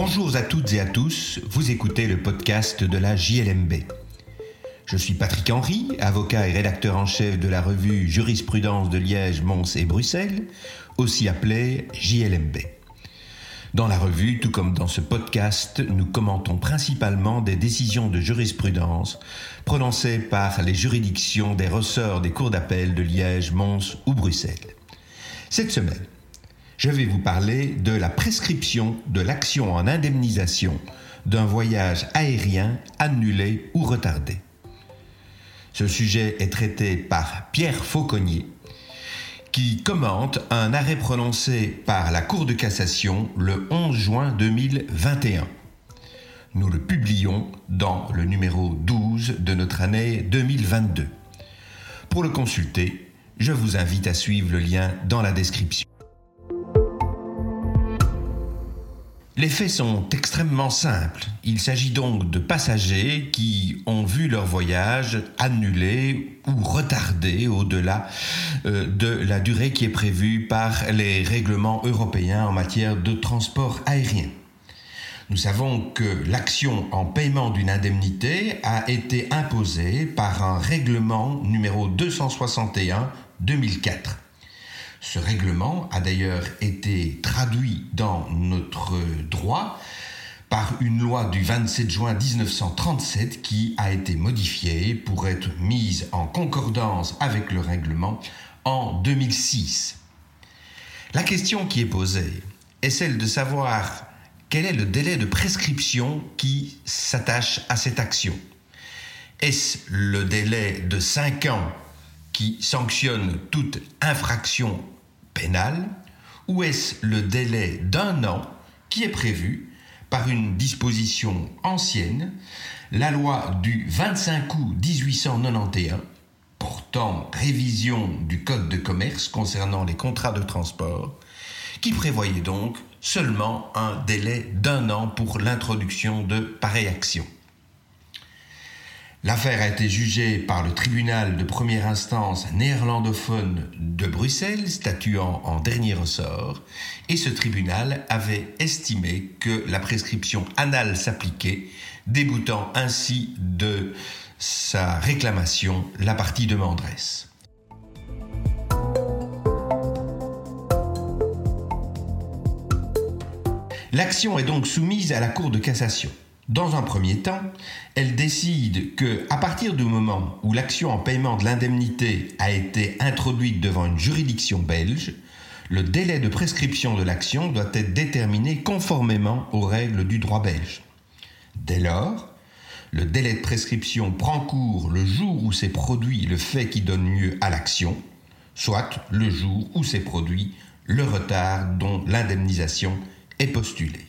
Bonjour à toutes et à tous, vous écoutez le podcast de la JLMB. Je suis Patrick Henry, avocat et rédacteur en chef de la revue Jurisprudence de Liège, Mons et Bruxelles, aussi appelée JLMB. Dans la revue, tout comme dans ce podcast, nous commentons principalement des décisions de jurisprudence prononcées par les juridictions des ressorts des cours d'appel de Liège, Mons ou Bruxelles. Cette semaine, je vais vous parler de la prescription de l'action en indemnisation d'un voyage aérien annulé ou retardé. Ce sujet est traité par Pierre Fauconnier, qui commente un arrêt prononcé par la Cour de cassation le 11 juin 2021. Nous le publions dans le numéro 12 de notre année 2022. Pour le consulter, je vous invite à suivre le lien dans la description. Les faits sont extrêmement simples. Il s'agit donc de passagers qui ont vu leur voyage annulé ou retardé au-delà de la durée qui est prévue par les règlements européens en matière de transport aérien. Nous savons que l'action en paiement d'une indemnité a été imposée par un règlement numéro 261/2004. Ce règlement a d'ailleurs été traduit dans notre droit par une loi du 27 juin 1937 qui a été modifiée pour être mise en concordance avec le règlement en 2006. La question qui est posée est celle de savoir quel est le délai de prescription qui s'attache à cette action. Est-ce le délai de 5 ans qui sanctionne toute infraction pénale, ou est-ce le délai d'1 an qui est prévu par une disposition ancienne, la loi du 25 août 1891, portant révision du Code de commerce concernant les contrats de transport, qui prévoyait donc seulement un délai d'1 an pour l'introduction de pareille action. L'affaire a été jugée par le tribunal de première instance néerlandophone de Bruxelles, statuant en dernier ressort, et ce tribunal avait estimé que la prescription anale s'appliquait, déboutant ainsi de sa réclamation la partie demanderesse. L'action est donc soumise à la Cour de cassation. Dans un premier temps, elle décide que, à partir du moment où l'action en paiement de l'indemnité a été introduite devant une juridiction belge, le délai de prescription de l'action doit être déterminé conformément aux règles du droit belge. Dès lors, le délai de prescription prend cours le jour où s'est produit le fait qui donne lieu à l'action, soit le jour où s'est produit le retard dont l'indemnisation est postulée.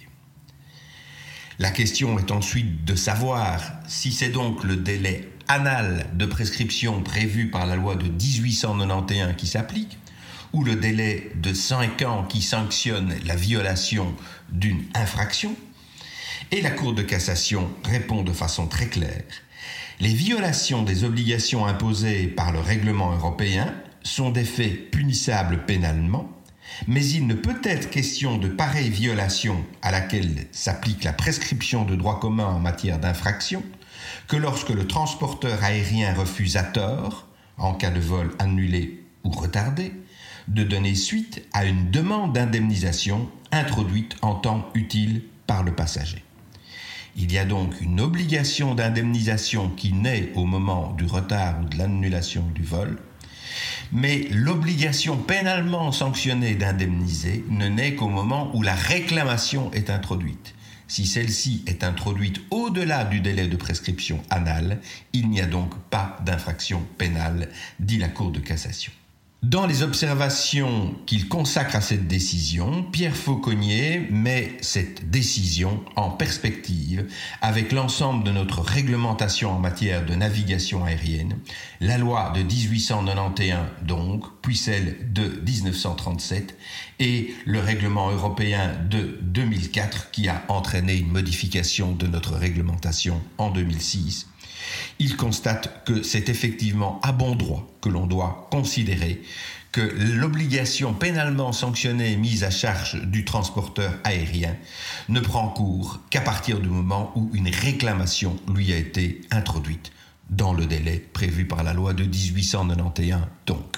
La question est ensuite de savoir si c'est donc le délai anal de prescription prévu par la loi de 1891 qui s'applique, ou le délai de 5 ans qui sanctionne la violation d'une infraction. Et la Cour de cassation répond de façon très claire. Les violations des obligations imposées par le règlement européen sont des faits punissables pénalement, mais il ne peut être question de pareille violation à laquelle s'applique la prescription de droit commun en matière d'infraction que lorsque le transporteur aérien refuse à tort, en cas de vol annulé ou retardé, de donner suite à une demande d'indemnisation introduite en temps utile par le passager. Il y a donc une obligation d'indemnisation qui naît au moment du retard ou de l'annulation du vol, mais l'obligation pénalement sanctionnée d'indemniser ne naît qu'au moment où la réclamation est introduite. Si celle-ci est introduite au-delà du délai de prescription anal, il n'y a donc pas d'infraction pénale, dit la Cour de cassation. Dans les observations qu'il consacre à cette décision, Pierre Fauconnier met cette décision en perspective avec l'ensemble de notre réglementation en matière de navigation aérienne, la loi de 1891 donc, puis celle de 1937 et le règlement européen de 2004 qui a entraîné une modification de notre réglementation en 2006. Il constate que c'est effectivement à bon droit que l'on doit considérer que l'obligation pénalement sanctionnée mise à charge du transporteur aérien ne prend cours qu'à partir du moment où une réclamation lui a été introduite, dans le délai prévu par la loi de 1891 donc.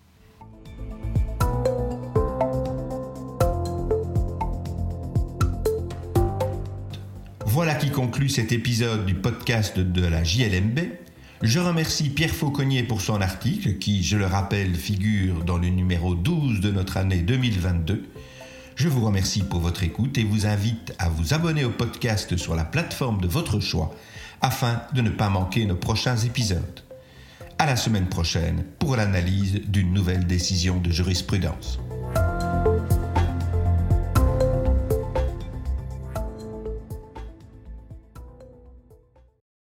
Voilà qui conclut cet épisode du podcast de la JLMB. Je remercie Pierre Fauconnier pour son article qui, je le rappelle, figure dans le numéro 12 de notre année 2022. Je vous remercie pour votre écoute et vous invite à vous abonner au podcast sur la plateforme de votre choix afin de ne pas manquer nos prochains épisodes. À la semaine prochaine pour l'analyse d'une nouvelle décision de jurisprudence.